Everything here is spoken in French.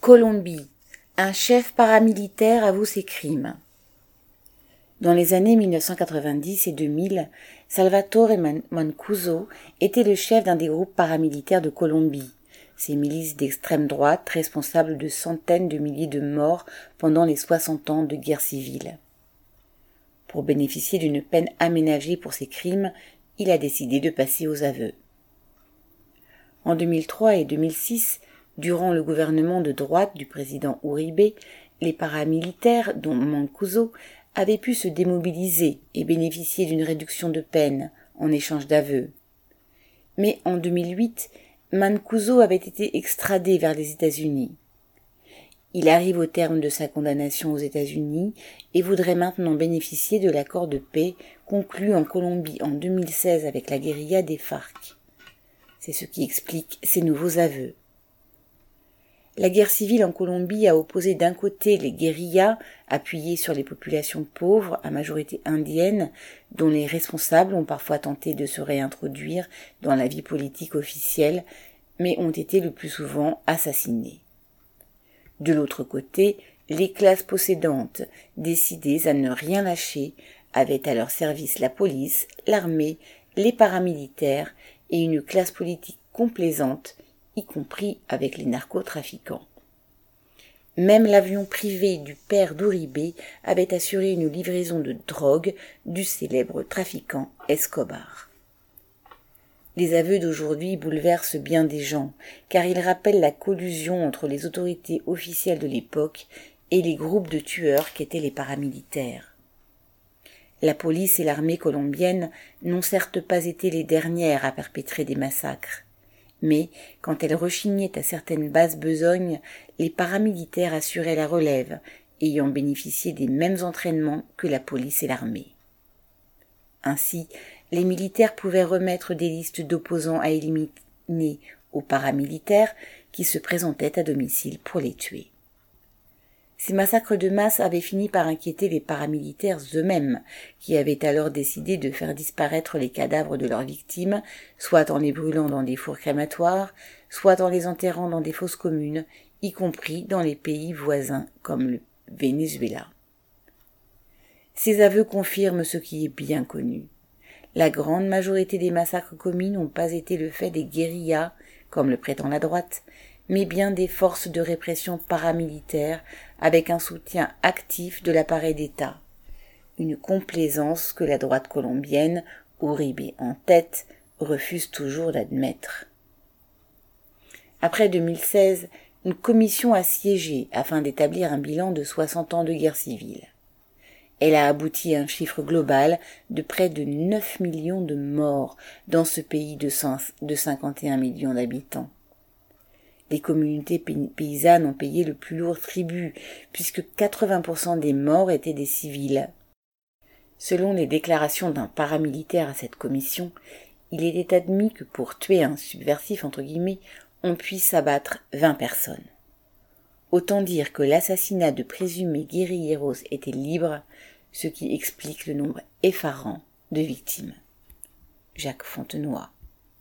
Colombie. Un chef paramilitaire avoue ses crimes. Dans les années 1990 et 2000, Salvatore Mancuso était le chef d'un des groupes paramilitaires de Colombie, ces milices d'extrême droite responsables de centaines de milliers de morts pendant les 60 ans de guerre civile. Pour bénéficier d'une peine aménagée pour ses crimes, il a décidé de passer aux aveux. En 2003 et 2006, durant le gouvernement de droite du président Uribe, les paramilitaires, dont Mancuso, avaient pu se démobiliser et bénéficier d'une réduction de peine en échange d'aveux. Mais en 2008, Mancuso avait été extradé vers les États-Unis. Il arrive au terme de sa condamnation aux États-Unis et voudrait maintenant bénéficier de l'accord de paix conclu en Colombie en 2016 avec la guérilla des FARC. C'est ce qui explique ces nouveaux aveux. La guerre civile en Colombie a opposé d'un côté les guérillas, appuyées sur les populations pauvres à majorité indienne, dont les responsables ont parfois tenté de se réintroduire dans la vie politique officielle, mais ont été le plus souvent assassinés. De l'autre côté, les classes possédantes, décidées à ne rien lâcher, avaient à leur service la police, l'armée, les paramilitaires et une classe politique complaisante, y compris avec les narcotrafiquants. Même l'avion privé du père d'Uribe avait assuré une livraison de drogue du célèbre trafiquant Escobar. Les aveux d'aujourd'hui bouleversent bien des gens, car ils rappellent la collusion entre les autorités officielles de l'époque et les groupes de tueurs qu'étaient les paramilitaires. La police et l'armée colombienne n'ont certes pas été les dernières à perpétrer des massacres, mais quand elles rechignaient à certaines basses besognes, les paramilitaires assuraient la relève, ayant bénéficié des mêmes entraînements que la police et l'armée. Ainsi, les militaires pouvaient remettre des listes d'opposants à éliminer aux paramilitaires qui se présentaient à domicile pour les tuer. Ces massacres de masse avaient fini par inquiéter les paramilitaires eux-mêmes, qui avaient alors décidé de faire disparaître les cadavres de leurs victimes, soit en les brûlant dans des fours crématoires, soit en les enterrant dans des fosses communes, y compris dans les pays voisins comme le Venezuela. Ces aveux confirment ce qui est bien connu. La grande majorité des massacres commis n'ont pas été le fait des guérillas, comme le prétend la droite, mais bien des forces de répression paramilitaires avec un soutien actif de l'appareil d'État. Une complaisance que la droite colombienne, Uribe en tête, refuse toujours d'admettre. Après 2016, une commission a siégé afin d'établir un bilan de 60 ans de guerre civile. Elle a abouti à un chiffre global de près de 9 millions de morts dans ce pays de 51 millions d'habitants. Les communautés paysannes ont payé le plus lourd tribut, puisque 80% des morts étaient des civils. Selon les déclarations d'un paramilitaire à cette commission, il était admis que pour tuer un subversif, entre guillemets, on puisse abattre 20 personnes. Autant dire que l'assassinat de présumés guérilleros était libre, ce qui explique le nombre effarant de victimes. Jacques Fontenoy.